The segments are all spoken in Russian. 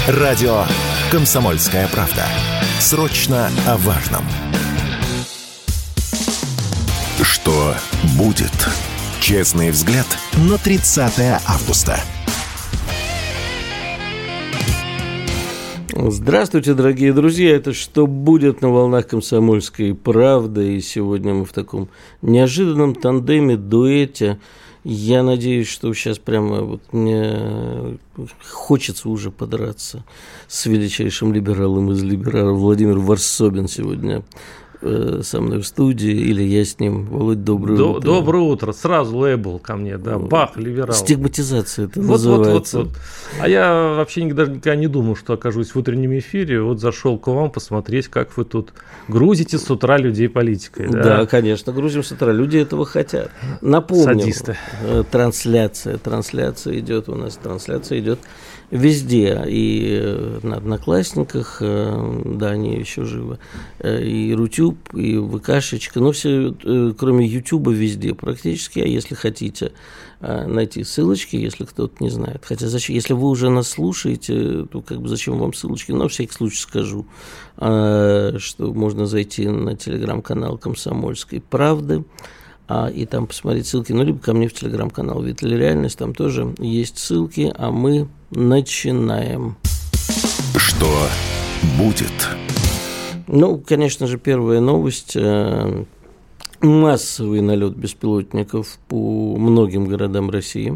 Радио «Комсомольская правда». Срочно о важном. Что будет? Честный взгляд на 30 августа. Здравствуйте, дорогие друзья. Это «Что будет» на волнах «Комсомольской правды». И сегодня мы в таком неожиданном тандеме, дуэте. Я надеюсь, что сейчас прямо вот мне хочется уже подраться с величайшим либералом из либералов. Владимир Варсобин сегодня со мной в студии, или я с ним. Володь, доброе утро. Доброе утро. Сразу лейбл ко мне, да. Бах, либерал. Стигматизация это называется. Вот. А я вообще даже никогда не думал, что окажусь в утреннем эфире. Вот зашел к вам посмотреть, как вы тут грузите с утра людей политикой. Да, конечно, грузим с утра. Люди этого хотят. Напомню, садисты. Трансляция идет у нас. Трансляция идет везде, и на Одноклассниках, да, они еще живы, и Рутюб, и ВКшечка, но все, кроме Ютуба, везде практически, а если хотите найти ссылочки, если кто-то не знает, хотя зачем, если вы уже нас слушаете, то как бы зачем вам ссылочки, но на всякий случай скажу, что можно зайти на телеграм-канал «Комсомольской правды», и там посмотреть ссылки, ну, либо ко мне в телеграм-канал «Вид или реальность», там тоже есть ссылки, а мы начинаем. Что будет? Ну, конечно же, первая новость. Массовый налет беспилотников по многим городам России.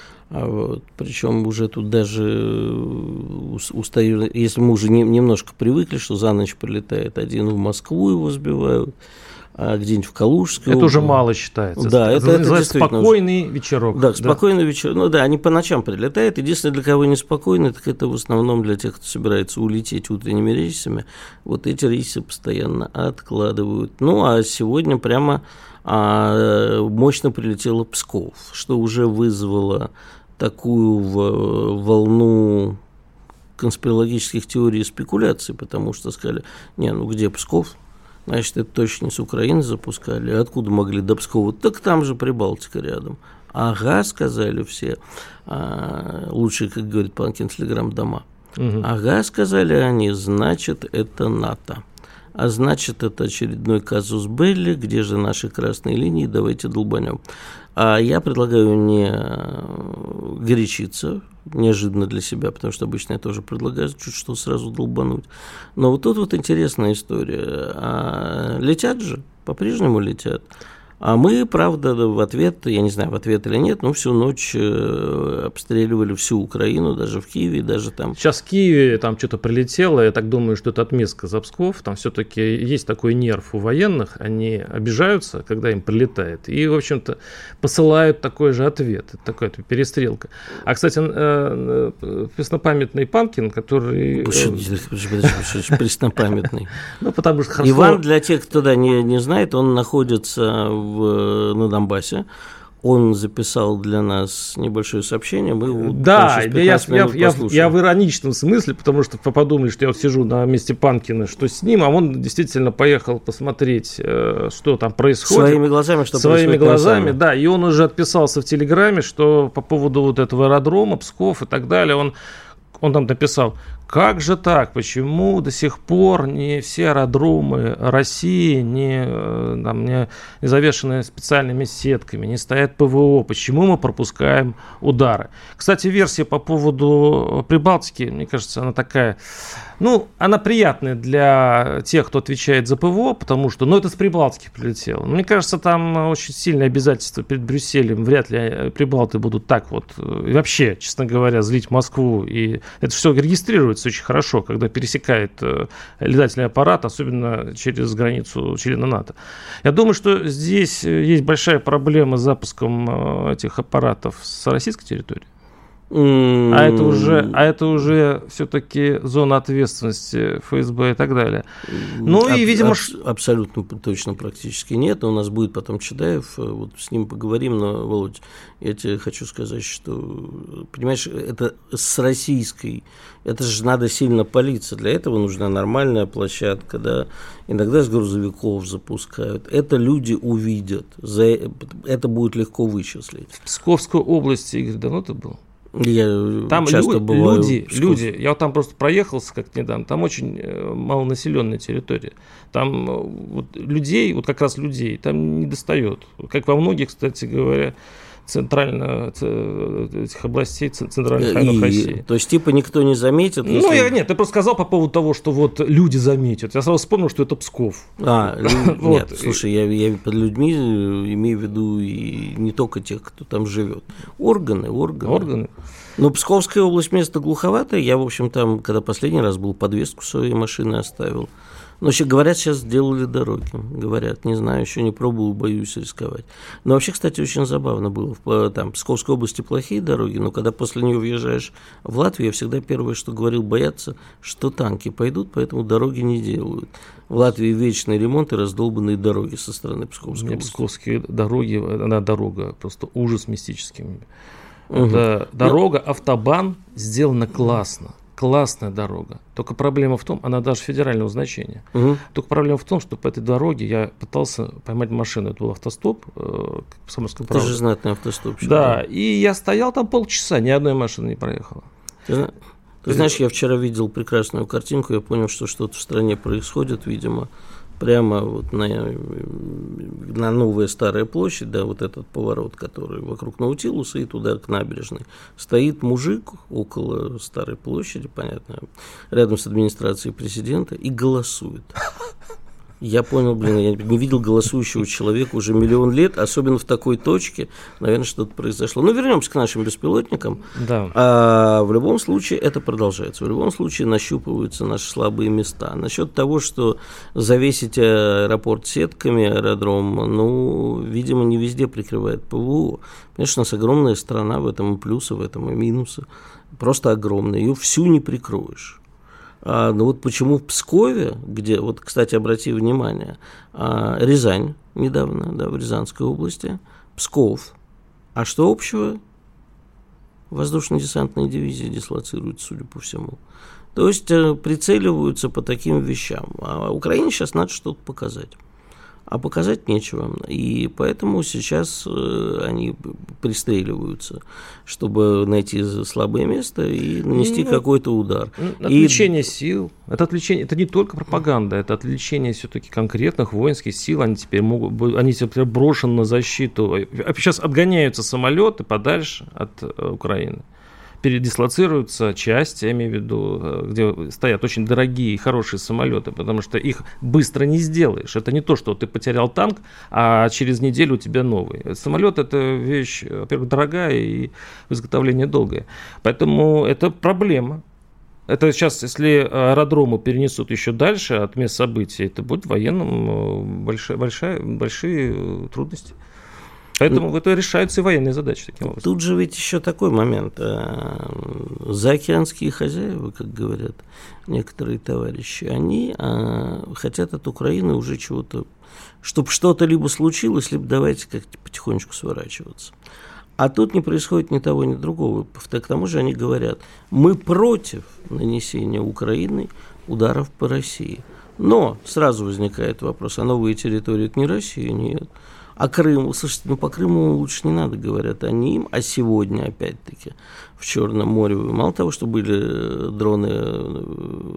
Причем уже тут даже устаю, если мы уже немножко привыкли, что за ночь прилетает один в Москву, его сбивают, а где-нибудь в Калужской. Это уже мало считается. Да, это спокойный вечерок. Да, спокойный вечерок. Ну да, они по ночам прилетают. Единственное, для кого неспокойно, так это в основном для тех, кто собирается улететь утренними рейсами. Вот эти рейсы постоянно откладывают. Ну, а сегодня прямо мощно прилетело Псков, что уже вызвало такую волну конспирологических теорий и спекуляций, потому что сказали, где Псков? Значит, это точно не с Украины запускали. Откуда могли до Пскова? Так там же Прибалтика рядом. Ага, сказали все. Лучшие, как говорит Панкин, телеграм-дома. Угу. Ага, сказали они, значит, это НАТО. А значит, это очередной казус белли, где же наши красные линии, давайте долбанем. А я предлагаю не горячиться, неожиданно для себя, потому что обычно я тоже предлагаю чуть что сразу долбануть. Но вот тут вот интересная история. Летят же, по-прежнему летят. А мы, правда, в ответ, я не знаю, в ответ или нет, но всю ночь обстреливали всю Украину, даже в Киеве, даже там. Сейчас в Киеве там что-то прилетело, я так думаю, что это отместка за Псков, там все-таки есть такой нерв у военных, они обижаются, когда им прилетает, и, в общем-то, посылают такой же ответ, это такая перестрелка. А, кстати, преснопамятный Панкин, который... Преснопамятный. Ну, потому что... Иван, для тех, кто не знает, он находится на Донбассе. Он записал для нас небольшое сообщение. Мы его я в ироничном смысле, потому что подумали, что я вот сижу на месте Панкина, что с ним, а он действительно поехал посмотреть, что там происходит. Своими глазами, да. И он уже отписался в Телеграме, что по поводу вот этого аэродрома, Псков и так далее, он там написал: как же так? Почему до сих пор не все аэродромы России не завешены специальными сетками, не стоят ПВО? Почему мы пропускаем удары? Кстати, версия по поводу Прибалтики, мне кажется, она такая... она приятная для тех, кто отвечает за ПВО, потому что, это с Прибалтики прилетело. Мне кажется, там очень сильные обязательства перед Брюсселем. Вряд ли прибалты будут так вот, и вообще, честно говоря, злить Москву. И это все регистрируется очень хорошо, когда пересекает летательный аппарат, особенно через границу члена НАТО. Я думаю, что здесь есть большая проблема с запуском этих аппаратов с российской территории. А это уже все-таки зона ответственности ФСБ и так далее. Абсолютно точно практически нет. У нас будет потом Чедаев, вот с ним поговорим. Но, Володь, я тебе хочу сказать, что, понимаешь, это с российской, это же надо сильно палиться. Для этого нужна нормальная площадка, да. Иногда с грузовиков запускают. Это люди увидят. Это будет легко вычислить. В Псковской области, Игорь, давно ты был? Я там часто бываю люди, я вот там просто проехался как-то недавно, там очень малонаселенная территория. Там вот людей, вот как раз людей, там не достает. Как во многих, кстати говоря, этих областей центральных районов России. То есть, типа, никто не заметит? Нет, ты просто сказал по поводу того, что вот люди заметят. Я сразу вспомнил, что это Псков. Нет, слушай, я под людьми имею в виду и не только тех, кто там живет. Органы. Но Псковская область место глуховатое. Я, в общем, там, когда последний раз был, подвеску своей машины оставил. Но вообще, говорят, сейчас сделали дороги. Говорят, не знаю, еще не пробовал, боюсь рисковать. Но вообще, кстати, очень забавно было. Там, в Псковской области плохие дороги, но когда после нее въезжаешь в Латвию, я всегда первое, что говорил, боятся, что танки пойдут, поэтому дороги не делают. В Латвии вечный ремонт и раздолбанные дороги со стороны Псковской области. Псковские дороги, она дорога, просто ужас мистический. Это дорога, автобан сделана классно. Классная дорога. Только проблема в том, она даже федерального значения. Только проблема в том, что по этой дороге я пытался поймать машину. Это был автостоп. Ты же знатный автостопщик. Да, и я стоял там полчаса, ни одной машины не проехала. Ты знаешь, я вчера видел прекрасную картинку, я понял, что что-то в стране происходит, видимо, прямо вот на Новая Старая площадь, да, вот этот поворот, который вокруг Наутилуса и туда к набережной, стоит мужик около Старой площади, понятно, рядом с администрацией президента и голосует. Я понял, я не видел голосующего человека уже миллион лет, особенно в такой точке, наверное, что-то произошло. Но вернемся к нашим беспилотникам. Да. В любом случае это продолжается. В любом случае нащупываются наши слабые места. Насчет того, что завесить аэропорт сетками, аэродром, видимо, не везде прикрывает ПВО. Конечно, у нас огромная страна, в этом и плюсы, в этом и минусы. Просто огромная. Ее всю не прикроешь. Но вот почему в Пскове, где, вот, кстати, обрати внимание, Рязань недавно, да, в Рязанской области, Псков. А что общего? Воздушно-десантные дивизии дислоцируются, судя по всему. То есть прицеливаются по таким вещам. А Украине сейчас надо что-то показать. А показать нечего. И поэтому сейчас они пристреливаются, чтобы найти слабое место и нанести какой-то удар. Отвлечение сил. Это не только пропаганда, это отвлечение все-таки конкретных воинских сил. Они теперь брошены на защиту. Сейчас отгоняются самолеты подальше от Украины. Передислоцируются части, я имею в виду, где стоят очень дорогие и хорошие самолеты, потому что их быстро не сделаешь. Это не то, что ты потерял танк, а через неделю у тебя новый. Самолет – это вещь, во-первых, дорогая и изготовление долгое. Поэтому это проблема. Это сейчас, если аэродромы перенесут еще дальше от мест событий, это будет военным большие трудности. Поэтому это решаются и военные задачи таким образом. Тут же ведь еще такой момент. Заокеанские хозяева, как говорят некоторые товарищи, они хотят от Украины уже чего-то, чтобы что-то либо случилось, либо давайте как-то потихонечку сворачиваться. А тут не происходит ни того, ни другого. К тому же они говорят, мы против нанесения Украиной ударов по России. Но сразу возникает вопрос, а новые территории это не Россия? Нет. А Крым, слушайте, по Крыму лучше не надо, говорят они им, а сегодня, опять-таки, в Черном море, мало того, что были дроны,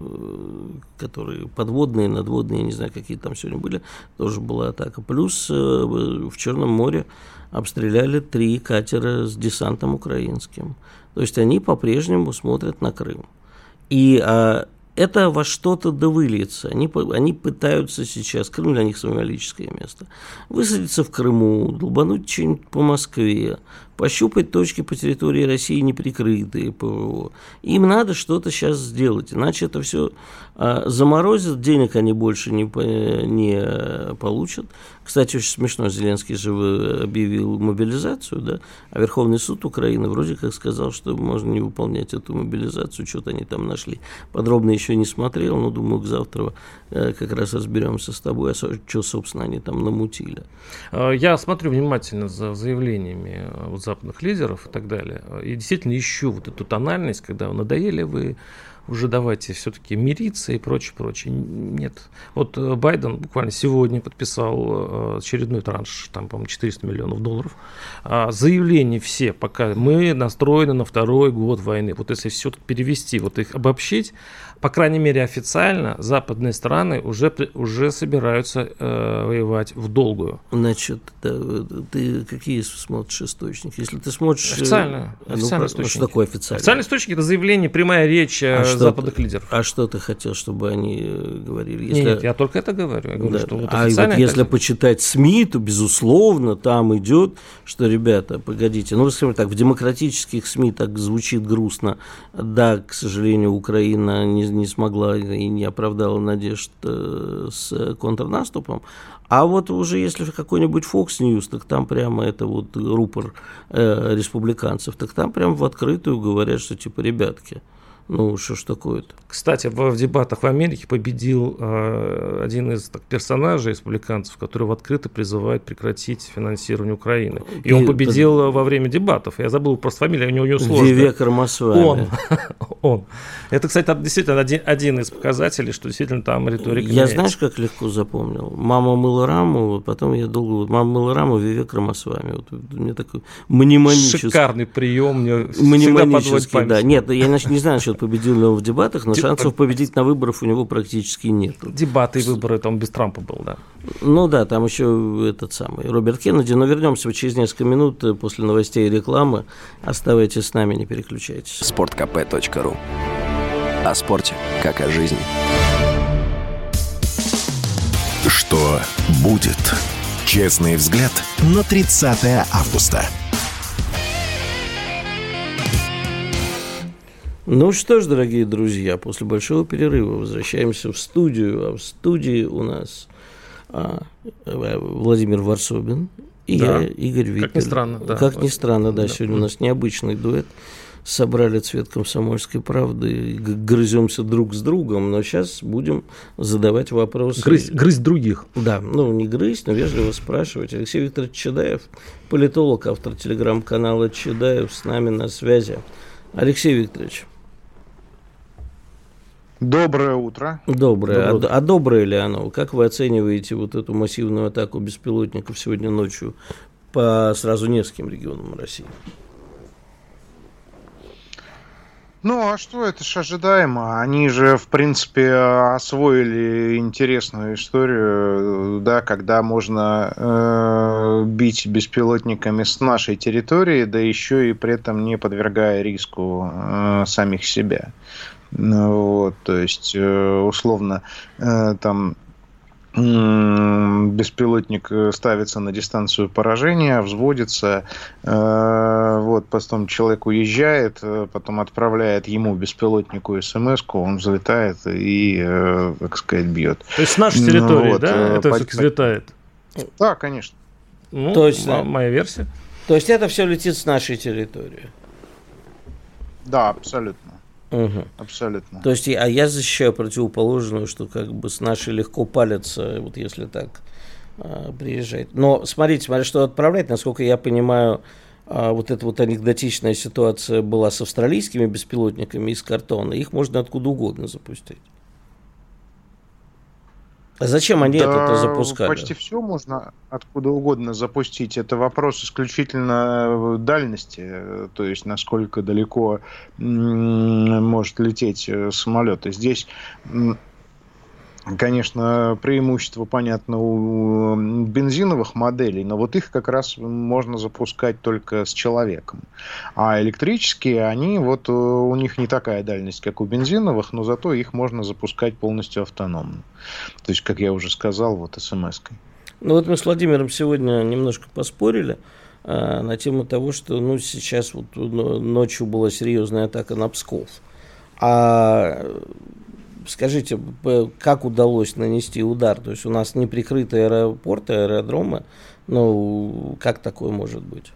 которые подводные, надводные, я не знаю, какие там сегодня были, тоже была атака. Плюс в Черном море обстреляли 3 катера с десантом украинским. То есть они по-прежнему смотрят на Крым. И это во что-то довыльется. Они пытаются сейчас, Крым для них символическое место, высадиться в Крыму, долбануть что-нибудь по Москве, пощупать точки по территории России, не прикрытые ПВО. Им надо что-то сейчас сделать, иначе это все заморозит, денег они больше не получат. Кстати, очень смешно, Зеленский же объявил мобилизацию, да? А Верховный суд Украины вроде как сказал, что можно не выполнять эту мобилизацию, что-то они там нашли. Подробно еще не смотрел, но думаю, к завтра как раз разберемся с тобой, что, собственно, они там намутили. Я смотрю внимательно за заявлениями, за западных лидеров и так далее. И действительно ищу вот эту тональность, когда надоели вы, уже давайте все-таки мириться и прочее, прочее. Нет. Вот Байден буквально сегодня подписал очередной транш, там, по-моему, $400 миллионов. Заявления все, пока мы настроены на второй год войны. Вот если все перевести, вот их обобщить, по крайней мере официально, западные страны уже собираются воевать в долгую. Значит, ты какие смотришь источники? Если ты смотришь... Официально источники. Что такое официально? Официальные источники – это заявление, прямая речь западных лидеров. А что ты хотел, чтобы они говорили? Нет, я только это говорю. Я говорю, да. что вот вот если почитать СМИ, то, безусловно, там идет, что, ребята, погодите, ну, скажем так, в демократических СМИ так звучит грустно. Да, к сожалению, Украина не смогла и не оправдала надежд с контрнаступом. А вот уже если в какой-нибудь Fox News, так там прямо это вот рупор республиканцев, так там прямо в открытую говорят, что типа, ребятки, ну, что ж такое-то? Кстати, в дебатах в Америке победил один из персонажей республиканцев, который открыто призывает прекратить финансирование Украины. И он победил во время дебатов. Я забыл просто фамилию, у него сложно. Вивек Рамасвами. Он. Это, кстати, действительно один из показателей, что действительно там риторика Я меняется. Знаешь, как легко запомнил? Мама мыла раму, потом я долго... Мама мыла раму, Вивек Рамасвами. Вот у меня такой мнемонический... Шикарный прием, мне всегда подводит память. Да. Нет, я не знаю, что победил ли он в дебатах, но шансов победить на выборах у него практически нет. Дебаты и выборы, там без Трампа был, да. Ну да, там еще этот самый Роберт Кеннеди. Но вернемся через несколько минут после новостей и рекламы. Оставайтесь с нами, не переключайтесь. sportkp.ru. О спорте, как о жизни. Что будет? Честный взгляд на 30 августа. Ну что ж, дорогие друзья, после большого перерыва возвращаемся в студию. А в студии у нас Владимир Варсобин и да. я, Игорь Виттель. Как ни странно, да. Как ни странно, да, сегодня у нас необычный дуэт. Собрали цвет «Комсомольской правды», грыземся друг с другом, но сейчас будем задавать вопросы. Грызть других. Да, ну не грызть, но вежливо спрашивать. Алексей Викторович Чедаев, политолог, автор телеграм-канала «Чедаев», с нами на связи. Алексей Викторович. Доброе утро. Доброе. А доброе ли оно? Как вы оцениваете вот эту массивную атаку беспилотников сегодня ночью по сразу нескольким регионам России? Ну, а что, это ж ожидаемо. Они же, в принципе, освоили интересную историю, да, когда можно бить беспилотниками с нашей территории, да еще и при этом не подвергая риску самих себя. Вот, то есть, условно, там беспилотник ставится на дистанцию поражения, взводится, вот, потом человек уезжает, потом отправляет ему, беспилотнику, смс-ку, он взлетает и, так сказать, бьет. То есть с нашей территории, вот, да, это все-таки взлетает? Да, конечно. Ну, то есть, моя версия. То есть это все летит с нашей территории? Да, абсолютно. Угу. Абсолютно. То есть, а я защищаю противоположную, что как бы с нашей легко палятся, вот если так приезжает. Но смотрите, что отправлять, насколько я понимаю, вот эта вот анекдотичная ситуация была с австралийскими беспилотниками из картона, их можно откуда угодно запустить. А зачем они это запускали? Почти все можно откуда угодно запустить. Это вопрос исключительно дальности, то есть насколько далеко может лететь самолет. И здесь, конечно, преимущество, понятно, у бензиновых моделей, но вот их как раз можно запускать только с человеком. А электрические, они вот у них не такая дальность, как у бензиновых, но зато их можно запускать полностью автономно. То есть, как я уже сказал, вот смс-кой. Ну вот мы с Владимиром сегодня немножко поспорили на тему того, что ну, сейчас вот ночью была серьезная атака на Псков. А скажите, как удалось нанести удар? То есть у нас неприкрытые аэропорты, аэродромы. Ну, как такое может быть?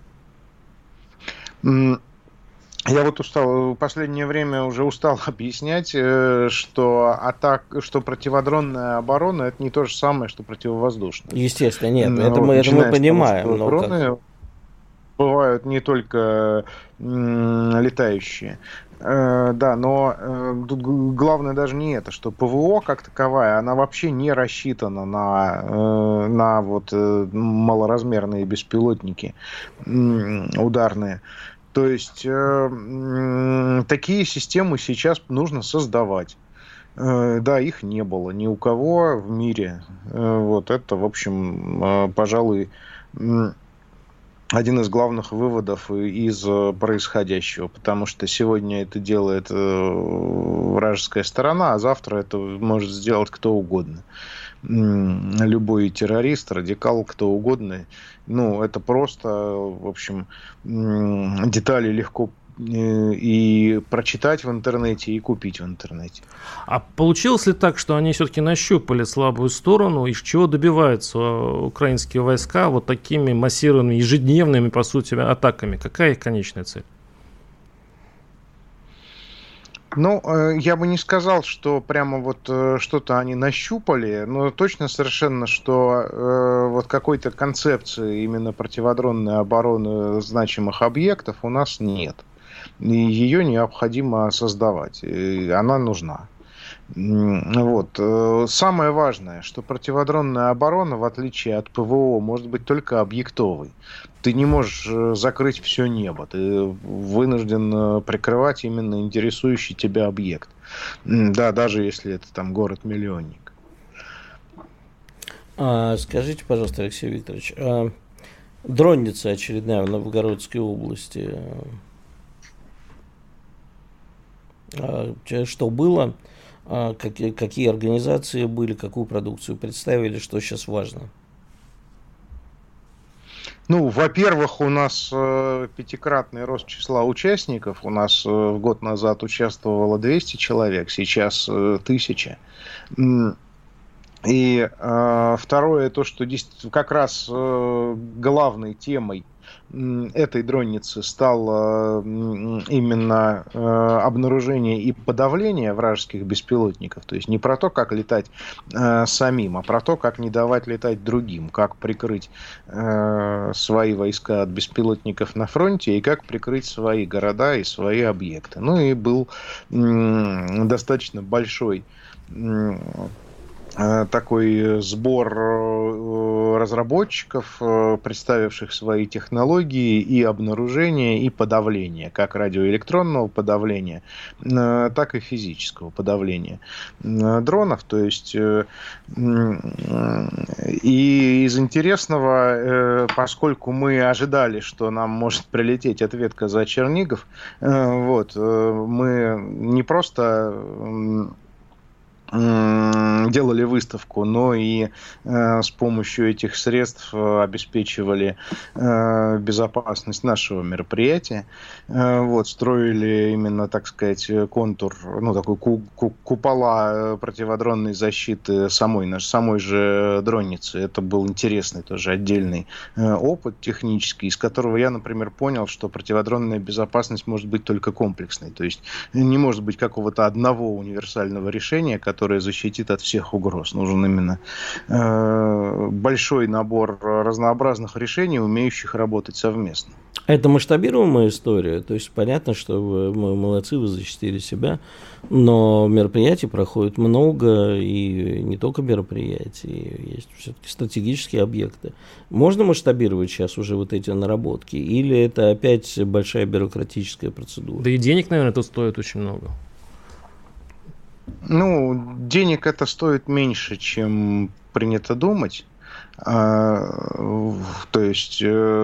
Я вот в последнее время уже устал объяснять, что противодронная оборона – это не то же самое, что противовоздушная. Естественно, нет, это мы понимаем. бывают не только летающие. Да, но тут главное даже не это, что ПВО как таковая, она вообще не рассчитана на вот малоразмерные беспилотники ударные. То есть такие системы сейчас нужно создавать. Да, их не было ни у кого в мире. Вот это, в общем, пожалуй, один из главных выводов из происходящего, потому что сегодня это делает вражеская сторона, а завтра это может сделать кто угодно. Любой террорист, радикал, кто угодно. Ну, это просто, в общем, детали легко и прочитать в интернете, и купить в интернете. А получилось ли так, что они все-таки нащупали слабую сторону, и чего добиваются украинские войска вот такими массированными, ежедневными, по сути, атаками? Какая их конечная цель? Ну, я бы не сказал, что прямо вот что-то они нащупали, но точно совершенно, что вот какой-то концепции именно противодронной обороны значимых объектов у нас нет. И ее необходимо создавать, и она нужна. Вот. Самое важное, что противодронная оборона, в отличие от ПВО, может быть только объектовой. Ты не можешь закрыть все небо. Ты вынужден прикрывать именно интересующий тебя объект. Да, даже если это там город-миллионник. Скажите, пожалуйста, Алексей Викторович, дронница очередная в Новгородской области. Что было? Какие организации были, какую продукцию представили, что сейчас важно? Ну, во-первых, у нас пятикратный рост числа участников. У нас год назад участвовало 200 человек, сейчас 1000. И второе, то, что как раз главной темой этой дронницы стало именно обнаружение и подавление вражеских беспилотников. То есть не про то, как летать самим, а про то, как не давать летать другим, как прикрыть свои войска от беспилотников на фронте и как прикрыть свои города и свои объекты. Ну и был достаточно большой такой сбор разработчиков, представивших свои технологии и обнаружения, и подавления, как радиоэлектронного подавления, так и физического подавления дронов. То есть и из интересного, поскольку мы ожидали, что нам может прилететь ответка за Чернигов, вот, мы не просто делали выставку, но и с помощью этих средств обеспечивали безопасность нашего мероприятия. Вот, строили именно, так сказать, контур, ну, такой купола противодронной защиты самой же дронницы. Это был интересный тоже отдельный опыт технический, из которого я, например, понял, что противодронная безопасность может быть только комплексной. То есть не может быть какого-то одного универсального решения, которое защитит от всех угроз. Нужен именно большой набор разнообразных решений, умеющих работать совместно. Это масштабируемая история, то есть понятно, что вы молодцы, вы защитили себя, но мероприятий проходит много, и не только мероприятий, есть все-таки стратегические объекты. Можно масштабировать сейчас уже вот эти наработки, или это опять большая бюрократическая процедура? Да и денег, наверное, это стоит очень много. Ну, денег это стоит меньше, чем принято думать. То есть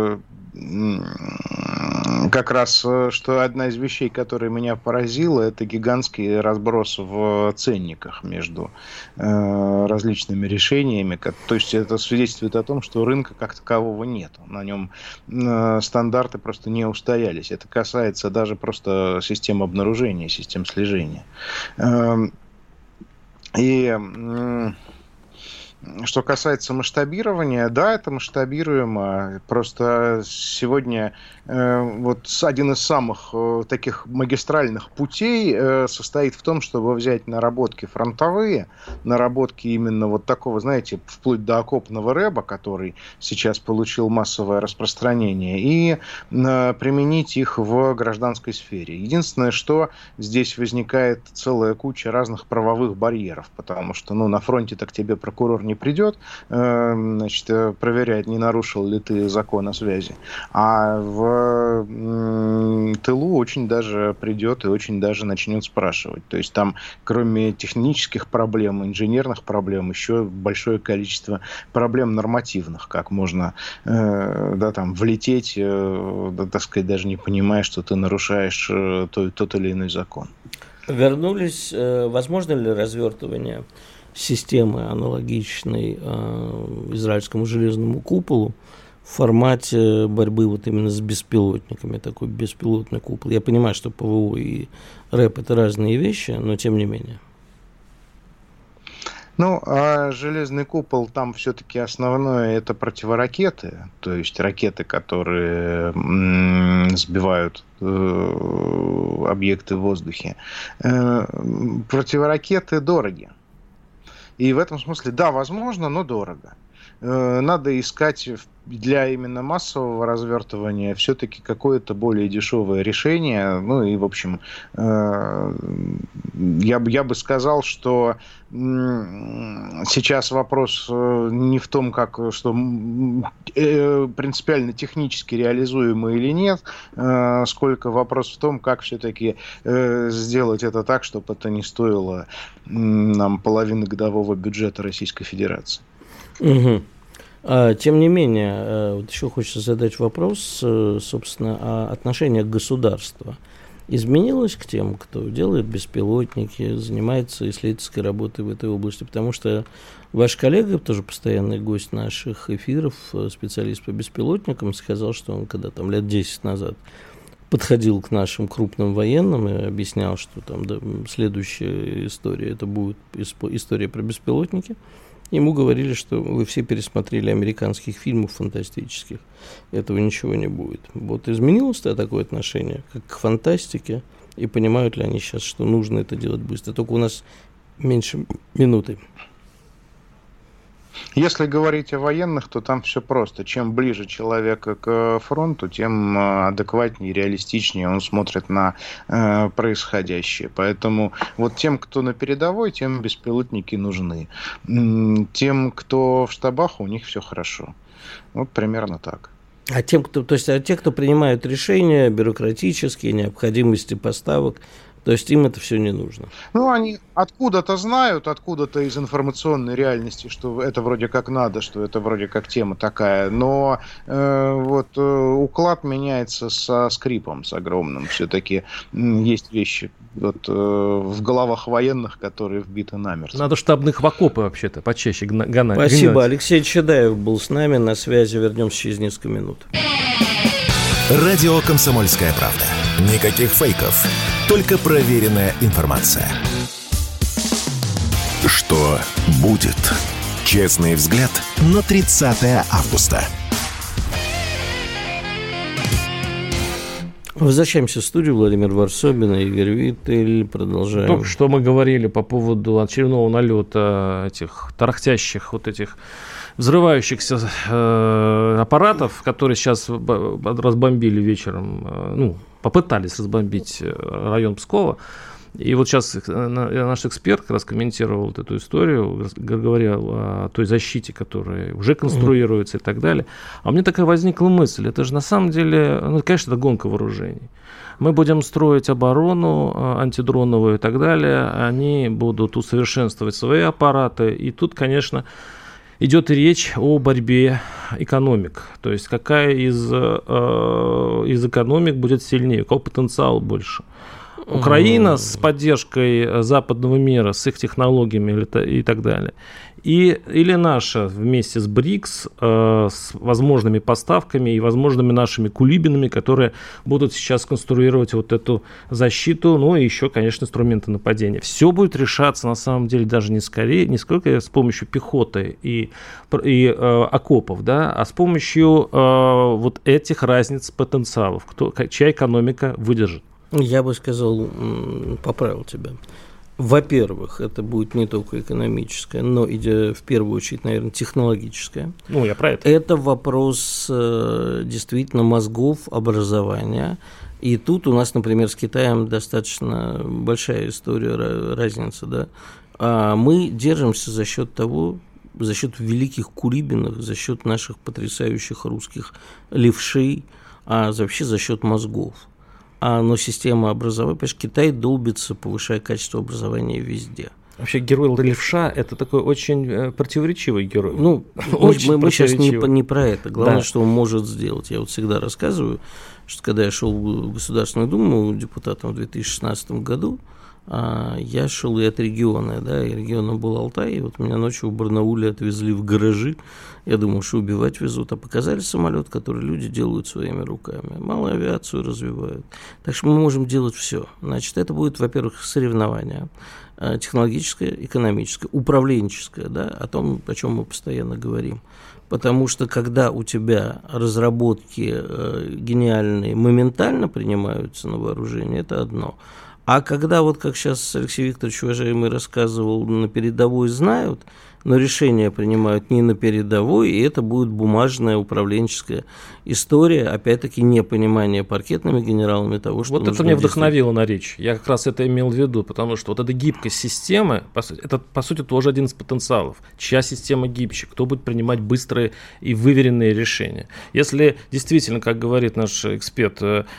как раз, что одна из вещей, которая меня поразила, это гигантский разброс в ценниках между различными решениями. То есть это свидетельствует о том, что рынка как такового нет. На нем стандарты просто не устоялись. Это касается даже просто систем обнаружения, систем слежения. И Что касается масштабирования, да, это масштабируемо. Просто сегодня вот один из самых таких магистральных путей состоит в том, чтобы взять наработки фронтовые, наработки именно вот такого, знаете, вплоть до окопного рэба, который сейчас получил массовое распространение, и применить их в гражданской сфере. Единственное, что здесь возникает целая куча разных правовых барьеров, потому что, на фронте-то к тебе прокурор не придет, значит, проверять, не нарушил ли ты закон о связи. А в тылу очень даже придет и очень даже начнет спрашивать. То есть там, кроме технических проблем, инженерных проблем, еще большое количество проблем нормативных, как можно влететь, так сказать, даже не понимая, что ты нарушаешь тот или иной закон. Вернулись, возможно ли развертывание системы, аналогичной израильскому железному куполу, в формате борьбы вот именно с беспилотниками, такой беспилотный купол? Я понимаю, что ПВО и рэп – это разные вещи, но тем не менее. А железный купол, там все-таки основное – это противоракеты, то есть ракеты, которые сбивают объекты в воздухе. Противоракеты дороги. И в этом смысле, да, возможно, но дорого. Надо искать для именно массового развертывания все-таки какое-то более дешевое решение. И, в общем, я бы сказал, что сейчас вопрос не в том, что принципиально технически реализуемо или нет, сколько вопрос в том, как все-таки сделать это так, чтобы это не стоило нам половины годового бюджета Российской Федерации. Угу. Тем не менее, вот еще хочется задать вопрос, собственно, о отношениях государства. Изменилось к тем, кто делает беспилотники, занимается исследовательской работой в этой области? Потому что ваш коллега, тоже постоянный гость наших эфиров, специалист по беспилотникам, сказал, что он когда лет 10 назад подходил к нашим крупным военным и объяснял, что следующая история, это будет история про беспилотники. Ему говорили, что вы все пересмотрели американских фильмов фантастических. Этого ничего не будет. Вот изменилось-то такое отношение, как к фантастике, и понимают ли они сейчас, что нужно это делать быстро? Только у нас меньше минуты. Если говорить о военных, то там все просто. Чем ближе человека к фронту, тем адекватнее и реалистичнее он смотрит на происходящее. Поэтому вот тем, кто на передовой, тем беспилотники нужны. Тем, кто в штабах, у них все хорошо. Вот примерно так. А те, кто принимают решения бюрократические, необходимости поставок, то есть им это все не нужно. Они откуда-то знают, откуда-то из информационной реальности, что это вроде как надо, что это вроде как тема такая, но уклад меняется со скрипом, с огромным. Все-таки есть вещи в головах военных, которые вбиты намертво. Надо штабных в окопы вообще-то почаще гнать. Спасибо. Алексей Чадаев был с нами на связи. Вернемся через несколько минут. Радио «Комсомольская правда». Никаких фейков, только проверенная информация. Что будет? Честный взгляд на 30 августа. Возвращаемся в студию. Владимир Варсобин, Игорь Виттель. Продолжаем. Только что мы говорили по поводу очередного налета этих тарахтящих, этих взрывающихся аппаратов, которые сейчас разбомбили вечером, попытались разбомбить район Пскова. И вот сейчас наш эксперт как раз комментировал эту историю, говорил о той защите, которая уже конструируется и так далее. А у меня такая возникла мысль, это же на самом деле, конечно, это гонка вооружений. Мы будем строить оборону антидроновую и так далее, они будут усовершенствовать свои аппараты, и тут, конечно, идет речь о борьбе экономик. То есть какая из экономик будет сильнее, какой потенциал больше. Украина с поддержкой западного мира, с их технологиями и так далее. Или наша вместе с БРИКС с возможными поставками и возможными нашими кулибинами, которые будут сейчас конструировать вот эту защиту, ну и еще, конечно, инструменты нападения. Все будет решаться, на самом деле, даже не сколько с помощью пехоты и окопов, да, а с помощью вот этих разниц потенциалов, чья экономика выдержит. Я бы сказал, поправил тебя. Во-первых, это будет не только экономическое, но и в первую очередь, наверное, технологическое. Ну, я про это. Это вопрос действительно мозгов, образования. И тут у нас, например, с Китаем достаточно большая история, разница, да. А мы держимся за счет великих кулибинов, за счет наших потрясающих русских левшей, вообще за счет мозгов. Но система образования, понимаешь, Китай долбится, повышая качество образования везде. Вообще герой левша – это такой очень противоречивый герой. Ну, мы сейчас не про это. Главное, да, что он может сделать. Я вот всегда рассказываю, что когда я шел в Государственную Думу депутатом в 2016 году, я шел и от региона, да, и регионом был Алтай, и вот меня ночью в Барнауле отвезли в гаражи, я думал, что убивать везут, а показали самолет, который люди делают своими руками, малую авиацию развивают, так что мы можем делать все. Значит, это будет, во-первых, соревнование технологическое, экономическое, управленческое, да, о том, о чем мы постоянно говорим. Потому что когда у тебя разработки гениальные моментально принимаются на вооружение, это одно. А когда, вот как сейчас Алексей Викторович, уважаемый, рассказывал, на передовой знают, но решения принимают не на передовой, и это будет бумажная управленческая история, опять-таки, непонимание паркетными генералами того, что вот это меня вдохновило на речь. Я как раз это имел в виду, потому что вот эта гибкость системы, это, по сути, тоже один из потенциалов. Чья система гибче, кто будет принимать быстрые и выверенные решения. Если действительно, как говорит наш эксперт,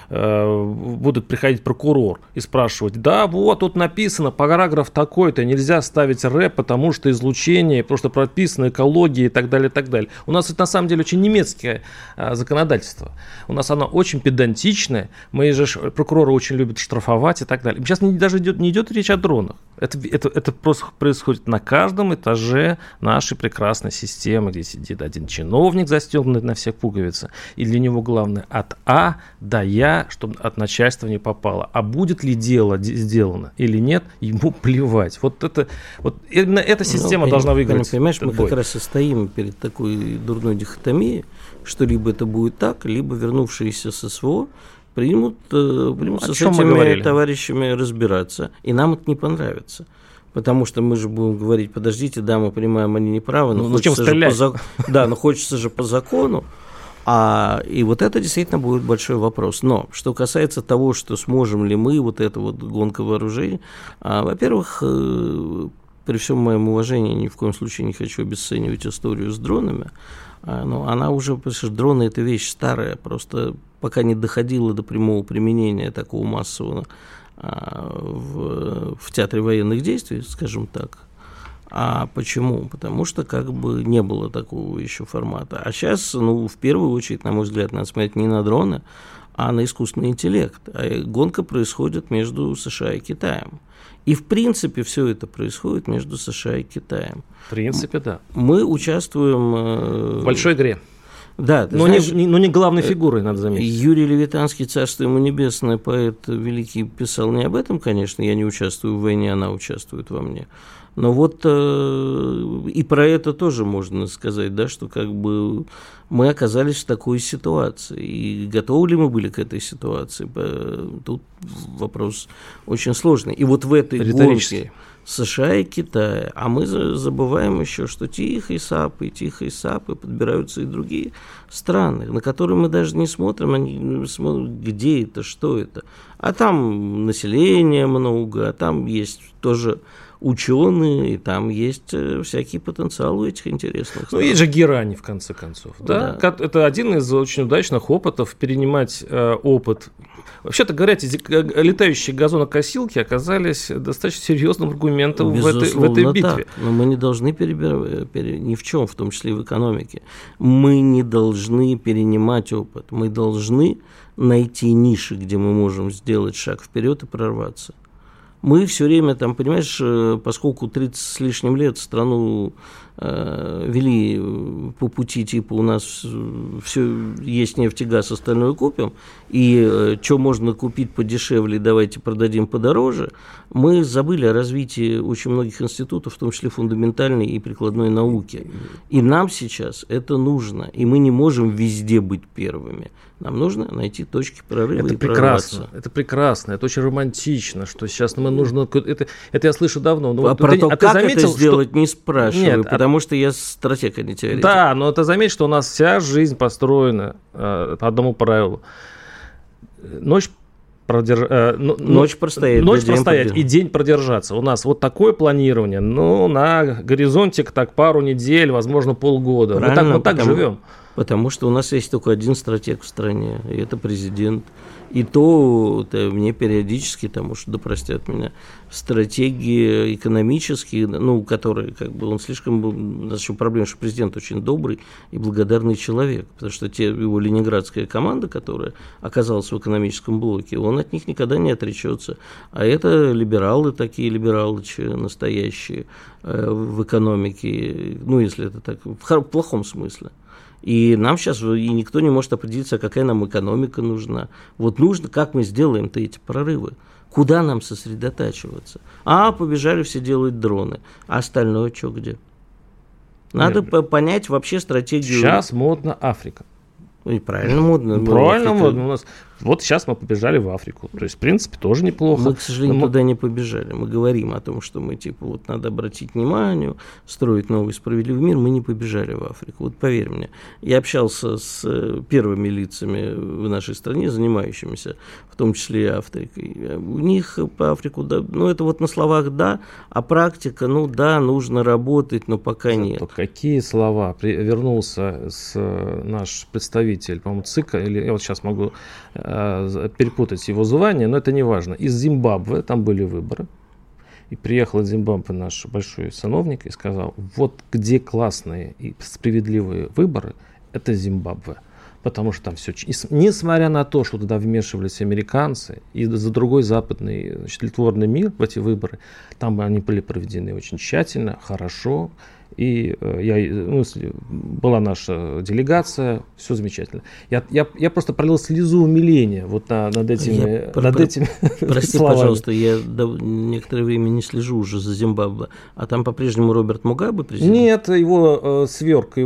будет приходить прокурор и спрашивать, да, вот тут написано, параграф такой-то, нельзя ставить рэп, потому что излучение, просто прописано экология и так далее, и так далее. У нас это на самом деле очень немецкое законодательство. У нас оно очень педантичное. Мы же прокуроры очень любят штрафовать и так далее. Сейчас даже не идет речь о дронах. Это просто происходит на каждом этаже нашей прекрасной системы, где сидит один чиновник, застегнутый на всех пуговицы, и для него главное от А до Я, чтобы от начальства не попало. А будет ли дело сделано или нет, ему плевать. Вот именно эта система должна выиграть. Понимаешь, мы как раз и стоим перед такой дурной дихотомией, что либо это будет так, либо вернувшиеся с СВО примутся с этими товарищами разбираться, и нам это не понравится. Потому что мы же будем говорить, подождите, да, мы понимаем, они не правы, но хочется же по закону. И вот это действительно будет большой вопрос. Но что касается того, что сможем ли мы, вот эта вот гонка вооружений, во-первых, при всем моем уважении, ни в коем случае не хочу обесценивать историю с дронами, но она уже, потому что дроны – это вещь старая, просто пока не доходила до прямого применения такого массового в театре военных действий, скажем так. А почему? Потому что как бы не было такого еще формата. А сейчас, в первую очередь, на мой взгляд, надо смотреть не на дроны, а на искусственный интеллект. А гонка происходит между США и Китаем. И, в принципе, все это происходит между США и Китаем. В принципе, да. Мы участвуем в большой игре. Да, но не главной фигурой, надо заметить. Юрий Левитанский, царство ему небесное, поэт великий, писал не об этом, конечно, я не участвую в войне, она участвует во мне. Но вот и про это тоже можно сказать, да, что как бы мы оказались в такой ситуации. И готовы ли мы были к этой ситуации? Тут вопрос очень сложный. И вот в этой гонке США и Китая, а мы забываем еще, что тихо и сапы подбираются и другие страны, на которые мы даже не смотрим, где это, что это. А там населения много, а там есть тоже ученые, и там есть всякий потенциал у этих интересных стран. Ну, есть же герани, в конце концов. Да? Это один из очень удачных опытов, перенимать опыт. Вообще-то говоря, эти летающие газонокосилки оказались достаточно серьезным аргументом в этой битве. Так. Но мы не должны ни в чем, в том числе и в экономике. Мы не должны перенимать опыт. Мы должны найти ниши, где мы можем сделать шаг вперед и прорваться. Мы все время, там, понимаешь, поскольку 30 с лишним лет страну вели по пути, типа, у нас все есть нефть и газ, остальное купим, и что можно купить подешевле, давайте продадим подороже, мы забыли о развитии очень многих институтов, в том числе фундаментальной и прикладной науки. И нам сейчас это нужно, и мы не можем везде быть первыми. Нам нужно найти точки прорыва и прорваться. Это прекрасно, это очень романтично, что сейчас нам нужно... Это я слышу давно. Но про то, как это сделать, не спрашивай, потому что я стратег, а не теоретик. Да, но ты заметь, что у нас вся жизнь построена по одному правилу. Ночь простоять и день продержаться. У нас вот такое планирование, на горизонте так пару недель, возможно, полгода. Мы так живем. Потому что у нас есть только один стратег в стране, и это президент. И то мне периодически, там уж да простят меня, стратегии экономические, которые, он слишком... У нас еще проблема, что президент очень добрый и благодарный человек, потому что его ленинградская команда, которая оказалась в экономическом блоке, он от них никогда не отречется. А это либералы такие, либералычи настоящие в экономике, если это так, в плохом смысле. И нам сейчас и никто не может определиться, какая нам экономика нужна. Вот нужно, как мы сделаем-то эти прорывы. Куда нам сосредотачиваться? Побежали все делать дроны. А остальное что где? Надо понять вообще стратегию. Сейчас модно Африка. И правильно модно. Правильно модно у нас. Вот сейчас мы побежали в Африку. То есть, в принципе, тоже неплохо. Мы, к сожалению, туда не побежали. Мы говорим о том, что мы, надо обратить внимание, строить новый справедливый мир. Мы не побежали в Африку. Вот поверь мне. Я общался с первыми лицами в нашей стране, занимающимися, в том числе и Африкой. У них по Африку, это на словах да, а практика, нужно работать, но пока нет. Какие слова? Вернулся наш представитель, по-моему, ЦИКа, или я вот сейчас могу перепутать его звание, но это не важно. Из Зимбабве, там были выборы, и приехал из Зимбабве наш большой сановник и сказал, вот где классные и справедливые выборы, это Зимбабве. Потому что там все, несмотря на то, что туда вмешивались американцы и за другой западный тлетворный мир в эти выборы, там они были проведены очень тщательно, хорошо. И была наша делегация, все замечательно. Я просто пролил слезу умиления над этими Прости, словами. пожалуйста, я некоторое время не слежу уже за Зимбабве. А там по-прежнему Роберт Мугабе президент? Нет, его сверг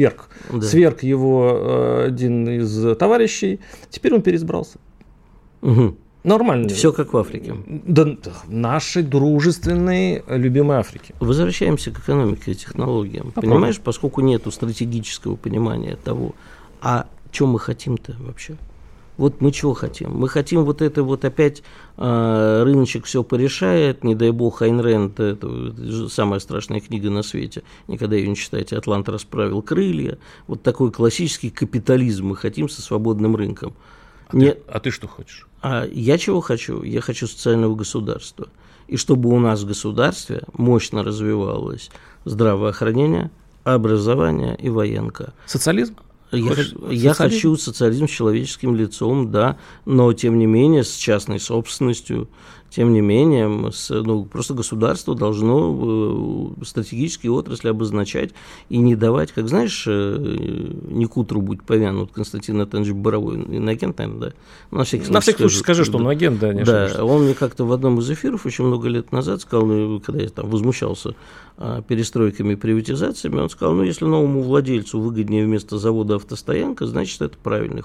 его один из товарищей. Теперь он переизбрался. Угу. Нормально. Все как в Африке. Да, нашей дружественной, любимой Африки. Возвращаемся к экономике и технологиям. Понимаешь, поскольку нет стратегического понимания того, что мы хотим-то вообще? Вот мы чего хотим? Мы хотим опять рыночек все порешает, не дай бог Айн Рэнд, это самая страшная книга на свете, никогда ее не читайте, «Атлант расправил крылья», вот такой классический капитализм мы хотим со свободным рынком. А ты что хочешь? Я чего хочу? Я хочу социального государства. И чтобы у нас в государстве мощно развивалось здравоохранение, образование и военка. Социализм? Я хочу социализм с человеческим лицом, да, но тем не менее с частной собственностью, тем не менее просто государство должно стратегические отрасли обозначать и не давать, как знаешь, не к утру будь повянут Константин Натанович Боровой, иноагент, наверное, да? На всякий случай скажи, что он агент, да, не ошибешься. Да, он мне как-то в одном из эфиров очень много лет назад сказал, когда я там возмущался перестройками и приватизациями, он сказал, если новому владельцу выгоднее вместо завода автостоянка, значит, это правильный ход.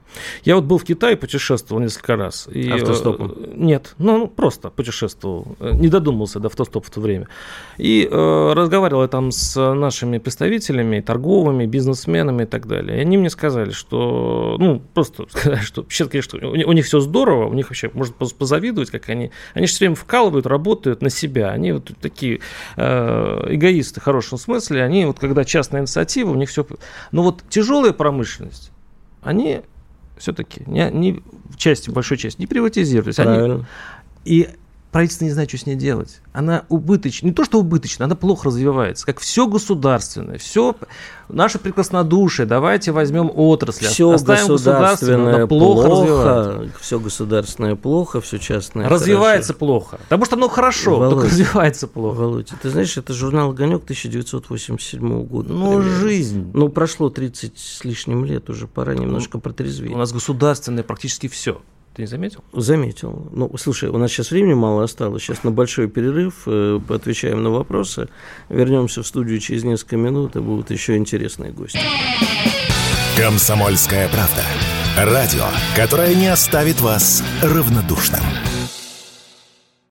Я вот был в Китае, путешествовал несколько раз. И, автостопом? Нет, просто путешествовал. Не додумался до автостопа в то время. И разговаривал я там с нашими представителями, торговыми, бизнесменами и так далее. И они мне сказали, что, просто сказали, что вообще, конечно, у них все здорово, у них вообще можно позавидовать, как они же все время вкалывают, работают на себя. Они вот такие эгоисты в хорошем смысле. Они вот, когда частная инициатива, у них все... Но вот тяжелая промышленность, они... все-таки не в части, большой части, не приватизируются. И правительство не знает, что с ней делать. Она убыточна. Не то, что убыточна, она плохо развивается. Как все государственное, все наше прекраснодушие. Давайте возьмем отрасль, все оставим государственное, плохо развивается. Все государственное плохо, все частное развивается плохо. Потому что оно хорошо, Володь, только развивается плохо. Володь, ты знаешь, это журнал «Огонек» 1987 года. Жизнь. Прошло 30 с лишним лет, уже пора немножко протрезветь. У нас государственное практически все. Ты не заметил? Заметил. Слушай, у нас сейчас времени мало осталось. Сейчас на большой перерыв, поотвечаем на вопросы. Вернемся в студию через несколько минут, и будут еще интересные гости. «Комсомольская правда». Радио, которое не оставит вас равнодушным.